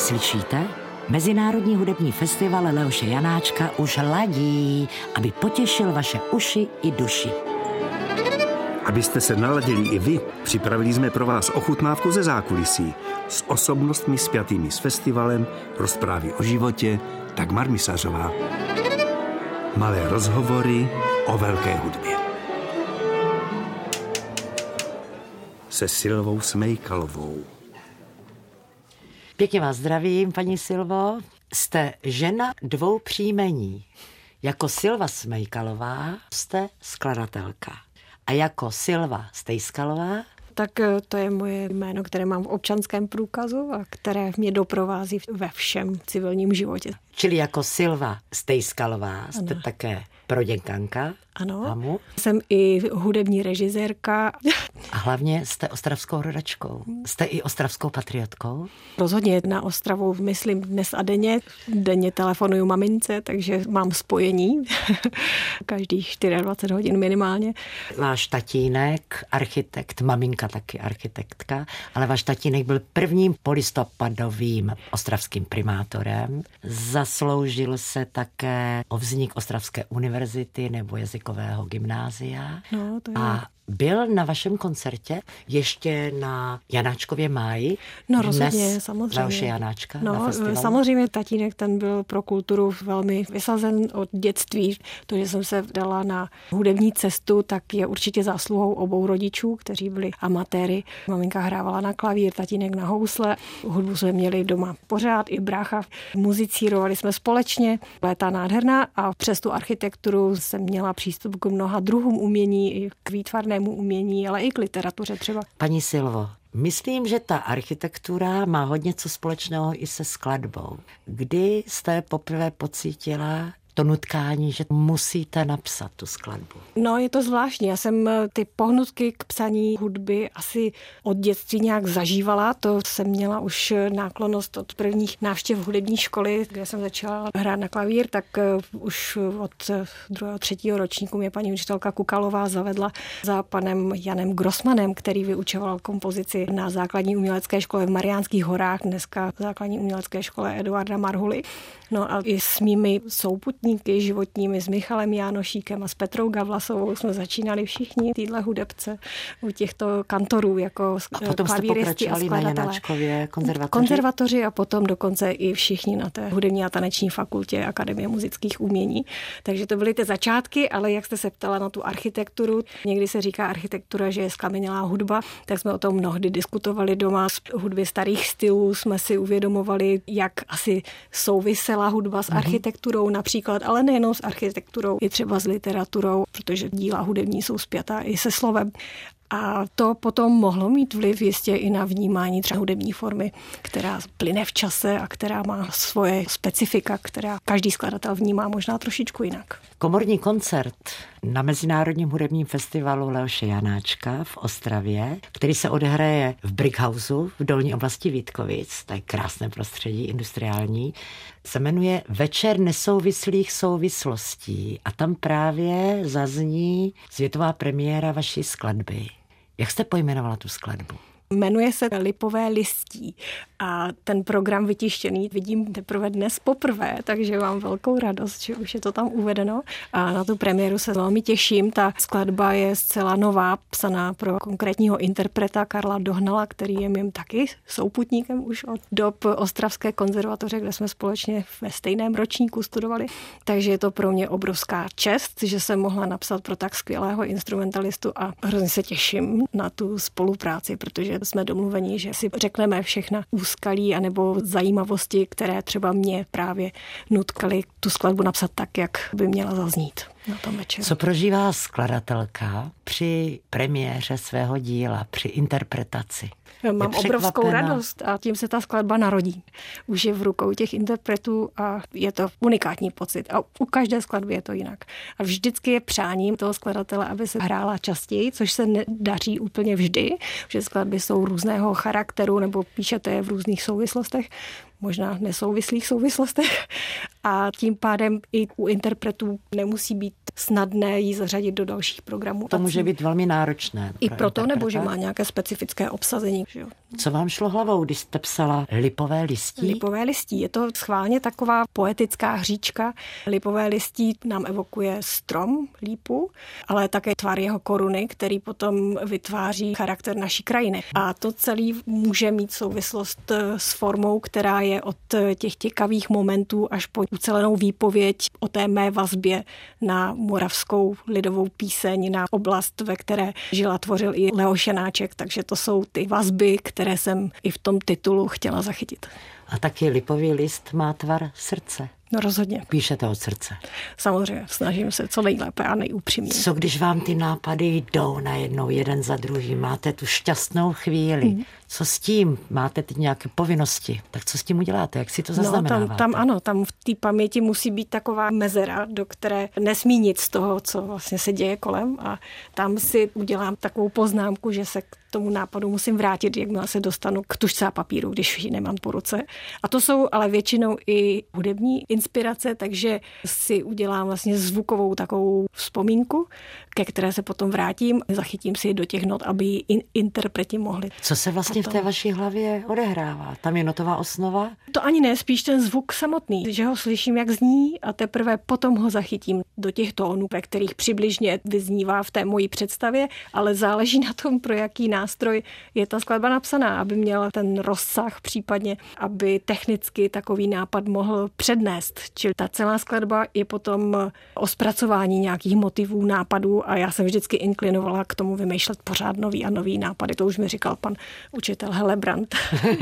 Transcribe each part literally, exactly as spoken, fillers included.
Slyšíte? Mezinárodní hudební festival Leoše Janáčka už ladí, aby potěšil vaše uši i duši. Abyste se naladili i vy, připravili jsme pro vás ochutnávku ze zákulisí s osobnostmi spjatými s festivalem, rozprávy o životě, Dagmar Misařová. Malé rozhovory o velké hudbě. Se Silvou Smejkalovou. Pěkně vás zdravím, paní Silvo. Jste žena dvou příjmení. Jako Silva Smejkalová jste skladatelka. A jako Silva Stejskalová? Tak to je moje jméno, které mám v občanském průkazu a které mě doprovází ve všem civilním životě. Čili jako Silva Stejskalová jste ano. také proděkanka. Ano, Hamu. Jsem i hudební režisérka. A hlavně jste ostravskou rodačkou. Jste i ostravskou patriotkou? Rozhodně na Ostravu myslím dnes a denně. Denně telefonuju mamince, takže mám spojení. Každých dvacet čtyři hodin minimálně. Váš tatínek, architekt, maminka taky architektka, ale váš tatínek byl prvním polistopadovým ostravským primátorem. Zasloužil se také o vznik Ostravské univerzity nebo jazykového gymnázia. No, to je... A byl na vašem koncertě ještě na Janáčkově máji? No rozhodně, samozřejmě. Leoše Janáčka no, na festivalu? Samozřejmě tatínek, ten byl pro kulturu velmi vysazen od dětství. To, že jsem se dala na hudební cestu, tak je určitě zásluhou obou rodičů, kteří byli amatéry. Maminka hrávala na klavír, tatínek na housle. Hudbu jsme měli doma pořád, i brácha. Muzicírovali jsme společně. Byla ta nádherná a přes tu architekturu jsem měla přístup k mnoha druhům umění, i k výtvarnému umění, ale i k literatuře třeba. Paní Silvo, myslím, že ta architektura má hodně co společného i se skladbou. Kdy jste poprvé pocítila to nutkání, že musíte napsat tu skladbu? No, je to zvláštní. Já jsem ty pohnutky k psaní hudby asi od dětství nějak zažívala. To jsem měla už náklonnost od prvních návštěv hudební školy, kde jsem začala hrát na klavír, tak už od druhého, třetího ročníku mě paní učitelka Kukalová zavedla za panem Janem Grossmanem, který vyučoval kompozici na základní umělecké škole v Mariánských horách, dneska základní umělecké škole Eduarda Marhuly. No a i s mými souputníky životními, s Michalem Jánošíkem a s Petrou Gavlasovou jsme začínali všichni týhle hudebce u těchto kantorů jako klavíristy a potom jste pokračovali na Janáčkově konzervatoři? Konzervatoři a potom dokonce i všichni na té hudební a taneční fakultě Akademie muzických umění. Takže to byly ty začátky, ale jak jste se ptala na tu architekturu, někdy se říká architektura, že je zkamenělá hudba, tak jsme o tom mnohdy diskutovali doma. Z hudby starých stylů jsme si uvědomovali, jak asi souvisela hudba s architekturou například, ale nejenom s architekturou, i třeba s literaturou, protože díla hudební jsou spjatá i se slovem. A to potom mohlo mít vliv jistě i na vnímání třeba hudební formy, která plyne v čase a která má svoje specifika, která každý skladatel vnímá možná trošičku jinak. Komorní koncert na Mezinárodním hudebním festivalu Leoše Janáčka v Ostravě, který se odehraje v Brickhausu v dolní oblasti Vítkovic, to je krásné prostředí, industriální, se jmenuje Večer nesouvislých souvislostí a tam právě zazní světová premiéra vaší skladby. Jak jste pojmenovala tu skladbu? Jmenuje se Lipové listí a ten program vytištěný vidím teprve dnes poprvé, takže mám velkou radost, že už je to tam uvedeno a na tu premiéru se velmi těším. Ta skladba je zcela nová, psaná pro konkrétního interpreta Karla Dohnala, který je mým taky souputníkem už od dob Ostravské konzervatoře, kde jsme společně ve stejném ročníku studovali. Takže je to pro mě obrovská čest, že jsem mohla napsat pro tak skvělého instrumentalistu a hrozně se těším na tu spolupráci, protože jsme domluveni, že si řekneme všechna úskalí anebo zajímavosti, které třeba mě právě nutkaly tu skladbu napsat tak, jak by měla zaznít na tom večeru. Co prožívá skladatelka při premiéře svého díla, při interpretaci? Mám obrovskou radost a tím se ta skladba narodí. Už je v rukou těch interpretů a je to unikátní pocit. A u každé skladby je to jinak. A vždycky je přáním toho skladatele, aby se hrála častěji, což se nedaří úplně vždy, že skladby jsou různého charakteru nebo píšete je v různých souvislostech, možná nesouvislých souvislostech. A tím pádem i u interpretů nemusí být snadné ji zařadit do dalších programů. To může být velmi náročné. I proto, nebo že má nějaké specifické obsazení. Že jo? Co vám šlo hlavou, když jste psala Lipové listí? Lipové listí. Je to schválně taková poetická hříčka. Lipové listí nám evokuje strom, lípu, ale také tvar jeho koruny, který potom vytváří charakter naší krajiny. A to celé může mít souvislost s formou, která je od těch těkavých momentů až po ucelenou výpověď o té mé vazbě na moravskou lidovou píseň, na oblast, ve které žil a tvořil i Leoš Janáček. Takže to jsou ty vazby, které jsem i v tom titulu chtěla zachytit. A taky lipový list má tvar srdce. No rozhodně. Píšete od srdce. Samozřejmě, snažím se co nejlépe a nejupřímněji. Co když vám ty nápady jdou najednou jeden za druhým? Máte tu šťastnou chvíli. Mm. Co s tím? Máte teď nějaké povinnosti? Tak co s tím uděláte? Jak si to zaznamenáváte? No, tam, tam ano, tam v té paměti musí být taková mezera, do které nesmí nic z toho, co vlastně se děje kolem, a tam si udělám takovou poznámku, že se k tomu nápadu musím vrátit, jakmile se dostanu k tužce a papíru, když ji nemám po ruce. A to jsou ale většinou i hudební inspirace, takže si udělám vlastně zvukovou takovou vzpomínku, ke které se potom vrátím, zachytím si do těch not, aby ji in- interpreti mohli. Co se vlastně v té vaší hlavě odehrává? Tam je notová osnova? To ani ne, spíš ten zvuk samotný, že ho slyším, jak zní, a teprve potom ho zachytím do těch tónů, ve kterých přibližně vyznívá v té mojí představě, ale záleží na tom, pro jaký nástroj je ta skladba napsaná, aby měla ten rozsah, případně aby technicky takový nápad mohl přednést. Čili ta celá skladba je potom o zpracování nějakých motivů, nápadů, a já jsem vždycky inklinovala k tomu vymýšlet pořád nový a nový nápady. To už mi říkal pan učitel Helebrant,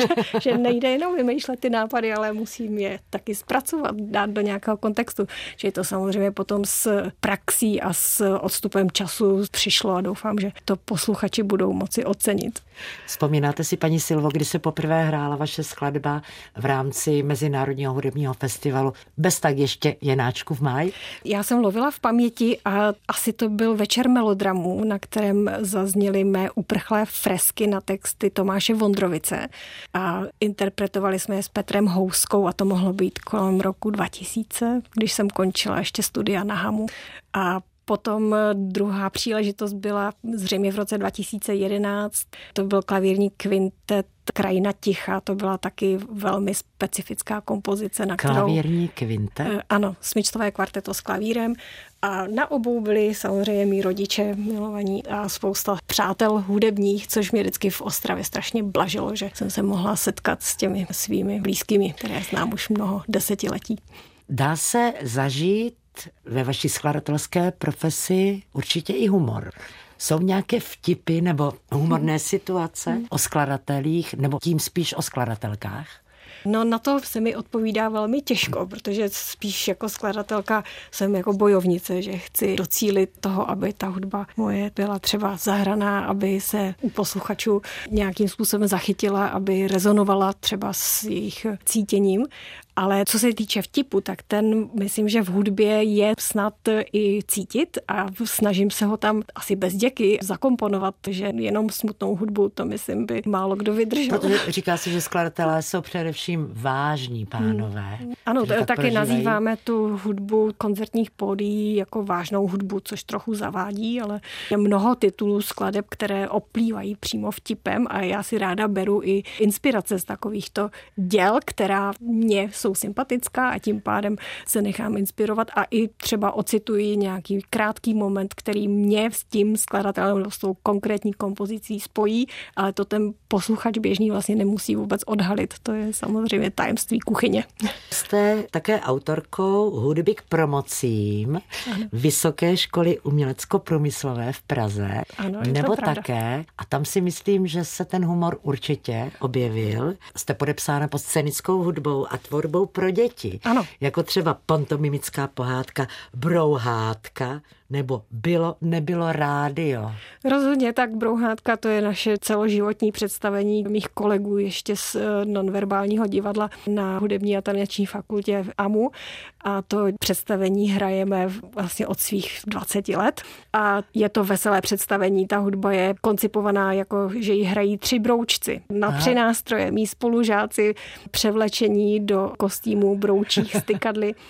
že nejde jenom vymýšlet ty nápady, ale musím je taky zpracovat, dát do nějakého kontextu. Že to samozřejmě potom s praxí a s odstupem času přišlo a doufám, že to posluchači budou moci ocenit. Vzpomínáte si, paní Silvo, kdy se poprvé hrála vaše skladba v rámci Mezinárodního hudebního festivalu Bez tak ještě Janáčku v máji? Já jsem lovila v paměti a asi to byl večer melodramů, na kterém zazněly mé uprchlé fresky na texty Tomáše Vondrovice a interpretovali jsme je s Petrem Houskou, a to mohlo být kolem roku dva tisíce, když jsem končila ještě studia na Hamu. A potom druhá příležitost byla zřejmě v roce dva tisíce jedenáct. To byl klavírní kvintet Krajina ticha, to byla taky velmi specifická kompozice, na kterou... Klavírní kvintet? Ano, smyčcové kvarteto s klavírem. A na obou byli samozřejmě mý rodiče milovaní a spousta přátel hudebních, což mě vždycky v Ostravě strašně blažilo, že jsem se mohla setkat s těmi svými blízkými, které znám už mnoho desetiletí. Dá se zažít ve vaší skladatelské profesi určitě i humor. Jsou nějaké vtipy nebo humorné situace o skladatelích, nebo tím spíš o skladatelkách? No na to se mi odpovídá velmi těžko, protože spíš jako skladatelka jsem jako bojovnice, že chci docílit toho, aby ta hudba moje byla třeba zahraná, aby se u posluchačů nějakým způsobem zachytila, aby rezonovala třeba s jejich cítěním. Ale co se týče vtipu, tak ten myslím, že v hudbě je snad i cítit a snažím se ho tam asi bez děky zakomponovat, že jenom smutnou hudbu, to myslím, by málo kdo vydržel. Protože říká se, že skladatelé jsou především vážní pánové. Hmm. Ano, tak taky prožívají. Nazýváme tu hudbu koncertních pódií jako vážnou hudbu, což trochu zavádí, ale je mnoho titulů skladeb, které oplývají přímo vtipem, a já si ráda beru i inspirace z takovýchto děl, která mě jsou sympatická, a tím pádem se nechám inspirovat a i třeba ocituji nějaký krátký moment, který mě s tím skladatelem, s tou konkrétní kompozicí spojí, ale to ten posluchač běžný vlastně nemusí vůbec odhalit. To je samozřejmě tajemství kuchyně. Jste také autorkou hudby k promocím ano. Vysoké školy umělecko-průmyslové v Praze. Ano, nebo také, a tam si myslím, že se ten humor určitě objevil. Jste podepsána pod scénickou hudbou a tvorbou pro děti. Ano. Jako třeba pantomimická pohádka Brouhátka nebo Bylo, nebylo rádio. Rozhodně tak, Brouhátka, to je naše celoživotní představení mých kolegů ještě z nonverbálního divadla na hudební a taneční fakultě v A M U, a to představení hrajeme vlastně od svých dvaceti let a je to veselé představení. Ta hudba je koncipovaná jako, že ji hrají tři broučci na Aha. tři nástroje. Mí spolužáci převlečení do kostýmů broučích stykadly.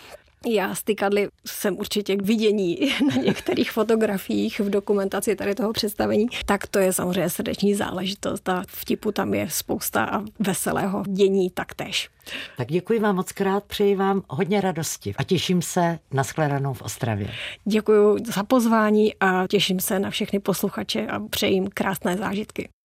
Já stykadly jsem určitě k vidění na některých fotografiích v dokumentaci tady toho představení, tak to je samozřejmě srdeční záležitost a vtipu tam je spousta a veselého dění taktéž. Tak děkuji vám moc krát, přeji vám hodně radosti a těším se na shledanou v Ostravě. Děkuji za pozvání a těším se na všechny posluchače a přeji jim krásné zážitky.